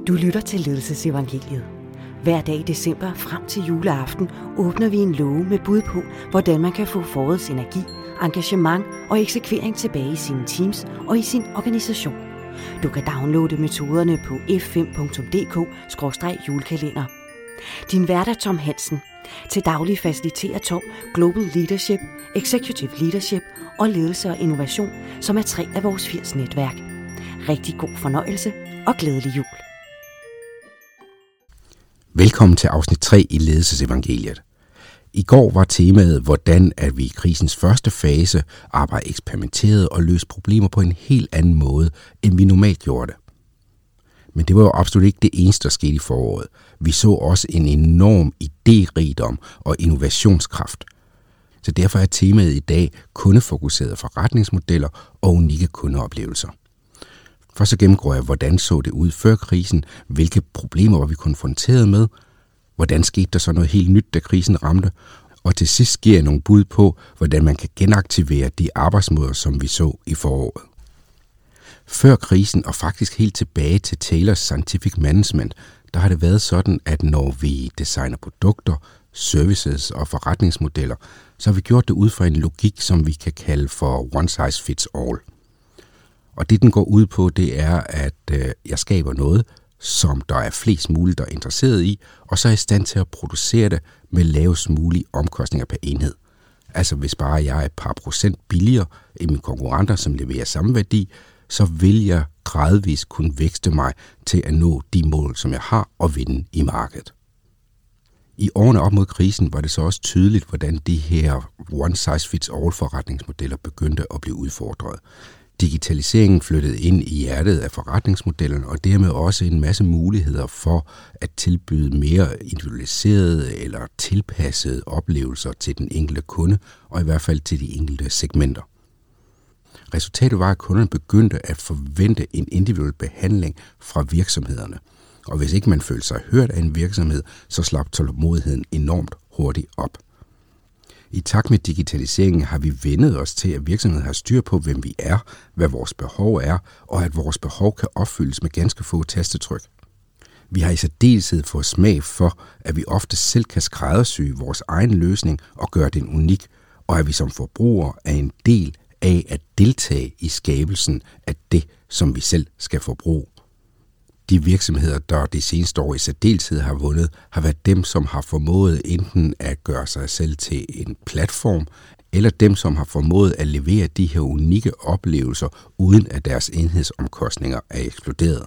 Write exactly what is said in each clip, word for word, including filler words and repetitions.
Du lytter til Ledelsesevangeliet. Hver dag i december frem til juleaften åbner vi en låge med bud på, hvordan man kan få forårets energi, engagement og eksekvering tilbage i sine teams og i sin organisation. Du kan downloade metoderne på f fem punktum d k skråstreg julekalender. Din vært er Tom Hansen. Til daglig faciliterer Tom Global Leadership, Executive Leadership og Ledelse og Innovation, som er tre af vores firs netværk. Rigtig god fornøjelse og glædelig jul. Velkommen til afsnit tre i Ledelsesevangeliet. I går var temaet, hvordan at vi i krisens første fase arbejder eksperimenteret og løste problemer på en helt anden måde, end vi normalt gjorde det. Men det var jo absolut ikke det eneste, der skete i foråret. Vi så også en enorm idérigdom og innovationskraft. Så derfor er temaet i dag kundefokuserede forretningsmodeller og unikke kundeoplevelser. Først så gennemgår jeg, hvordan så det ud før krisen, hvilke problemer var vi konfronteret med, hvordan skete der så noget helt nyt, da krisen ramte, og til sidst giver jeg nogle bud på, hvordan man kan genaktivere de arbejdsmåder, som vi så i foråret. Før krisen, og faktisk helt tilbage til Taylors Scientific Management, der har det været sådan, at når vi designer produkter, services og forretningsmodeller, så har vi gjort det ud fra en logik, som vi kan kalde for one size fits all. Og det, den går ud på, det er, at øh, jeg skaber noget, som der er flest muligt, der er interesseret i, og så er jeg i stand til at producere det med lavest mulige omkostninger per enhed. Altså hvis bare jeg er et par procent billigere end mine konkurrenter, som leverer samme værdi, så vil jeg gradvist kunne vækste mig til at nå de mål, som jeg har, og vinde i markedet. I årene op mod krisen var det så også tydeligt, hvordan de her one size fits all forretningsmodeller begyndte at blive udfordret. Digitaliseringen flyttede ind i hjertet af forretningsmodellen, og dermed også en masse muligheder for at tilbyde mere individualiserede eller tilpassede oplevelser til den enkelte kunde, og i hvert fald til de enkelte segmenter. Resultatet var, at kunderne begyndte at forvente en individuel behandling fra virksomhederne. Og hvis ikke man følte sig hørt af en virksomhed, så slap tålmodigheden enormt hurtigt op. I takt med digitaliseringen har vi vendet os til, at virksomheden har styr på, hvem vi er, hvad vores behov er, og at vores behov kan opfyldes med ganske få tastetryk. Vi har i særdeleshed fået smag for, at vi ofte selv kan skræddersy vores egen løsning og gøre den unik, og at vi som forbrugere er en del af at deltage i skabelsen af det, som vi selv skal forbruge. De virksomheder, der de seneste år i særdeleshed har vundet, har været dem, som har formået enten at gøre sig selv til en platform, eller dem, som har formået at levere de her unikke oplevelser, uden at deres enhedsomkostninger er eksploderet.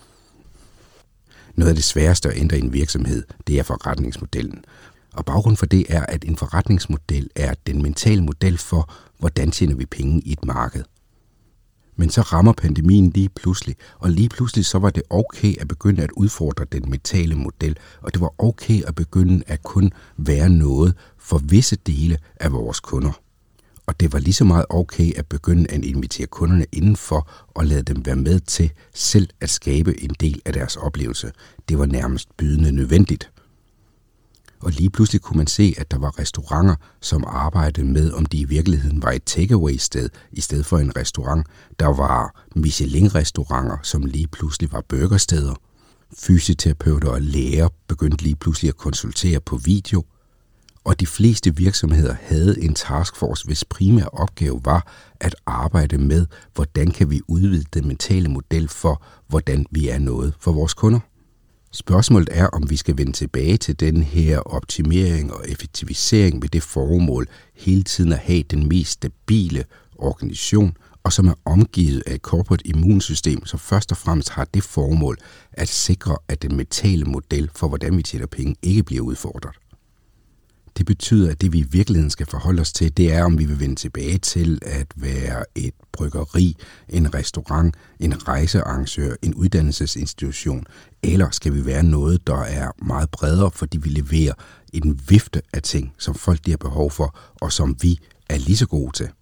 Noget af det sværeste at ændre i en virksomhed, det er forretningsmodellen. Og baggrunden for det er, at en forretningsmodel er den mentale model for, hvordan tjener vi penge i et marked. Men så rammer pandemien lige pludselig, og lige pludselig så var det okay at begynde at udfordre den mentale model, og det var okay at begynde at kun være noget for visse dele af vores kunder. Og det var lige så meget okay at begynde at invitere kunderne indenfor og lade dem være med til selv at skabe en del af deres oplevelse. Det var nærmest bydende nødvendigt. Og lige pludselig kunne man se, at der var restauranter, som arbejdede med, om de i virkeligheden var et takeaway-sted, i stedet for en restaurant. Der var Michelin-restauranter, som lige pludselig var burgersteder. Fysioterapeuter og læger begyndte lige pludselig at konsultere på video. Og de fleste virksomheder havde en taskforce, hvis primære opgave var at arbejde med, hvordan kan vi udvide den mentale model for, hvordan vi er noget for vores kunder. Spørgsmålet er, om vi skal vende tilbage til den her optimering og effektivisering med det formål hele tiden at have den mest stabile organisation, og som er omgivet af et corporate immunsystem, som først og fremmest har det formål at sikre, at den mentale model for, hvordan vi tjener penge, ikke bliver udfordret. Det betyder, at det vi i virkeligheden skal forholde os til, det er, om vi vil vende tilbage til at være et bryggeri, en restaurant, en rejsearrangør, en uddannelsesinstitution, eller skal vi være noget, der er meget bredere, fordi vi leverer en vifte af ting, som folk de har behov for, og som vi er lige så gode til.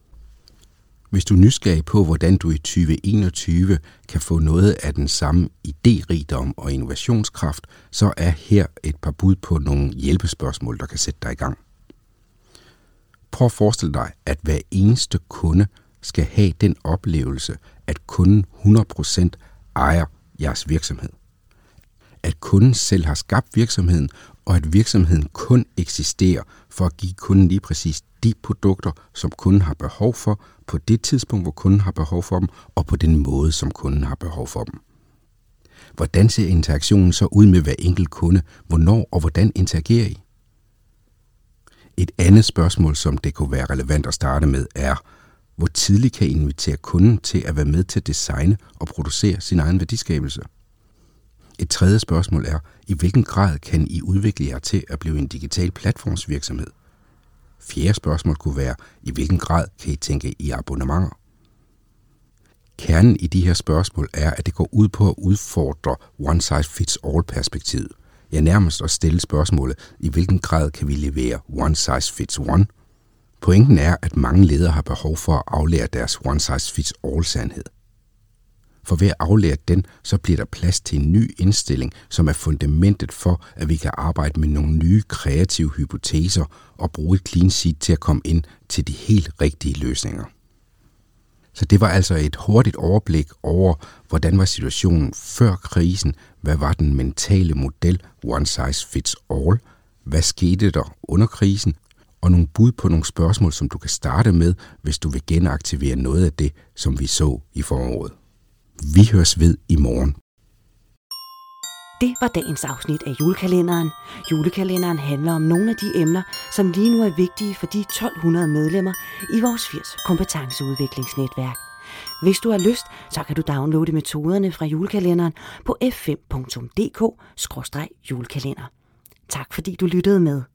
Hvis du er nysgerrig på, hvordan du i tyve enogtyve kan få noget af den samme idérigdom og innovationskraft, så er her et par bud på nogle hjælpespørgsmål, der kan sætte dig i gang. Prøv at forestille dig, at hver eneste kunde skal have den oplevelse, at kunden hundrede procent ejer jeres virksomhed. at kunden selv har skabt virksomheden, og at virksomheden kun eksisterer for at give kunden lige præcis de produkter, som kunden har behov for, på det tidspunkt, hvor kunden har behov for dem, og på den måde, som kunden har behov for dem. Hvordan ser interaktionen så ud med hver enkelt kunde? Hvornår og hvordan interagerer I? Et andet spørgsmål, som det kunne være relevant at starte med, er, hvor tidligt kan I invitere kunden til at være med til at designe og producere sin egen værdiskabelse? Et tredje spørgsmål er, i hvilken grad kan I udvikle jer til at blive en digital platformsvirksomhed? Fjerde spørgsmål kunne være, i hvilken grad kan I tænke i abonnementer? Kernen i de her spørgsmål er, at det går ud på at udfordre one-size-fits-all-perspektivet. Ja, nærmest at stille spørgsmålet, i hvilken grad kan vi levere one-size-fits-one? Pointen er, at mange ledere har behov for at aflære deres one-size-fits-all-sandhed. For ved at aflære den, så bliver der plads til en ny indstilling, som er fundamentet for, at vi kan arbejde med nogle nye kreative hypoteser og bruge et clean sheet til at komme ind til de helt rigtige løsninger. Så det var altså et hurtigt overblik over, hvordan var situationen før krisen, hvad var den mentale model one size fits all, hvad skete der under krisen, og nogle bud på nogle spørgsmål, som du kan starte med, hvis du vil genaktivere noget af det, som vi så i foråret. Vi høres ved i morgen. Det var dagens afsnit af julekalenderen. Julekalenderen handler om nogle af de emner, som lige nu er vigtige for de tolv hundrede medlemmer i vores firs kompetenceudviklingsnetværk. Hvis du har lyst, så kan du downloade metoderne fra julekalenderen på f fem punktum d k skråstreg julekalender. Tak fordi du lyttede med.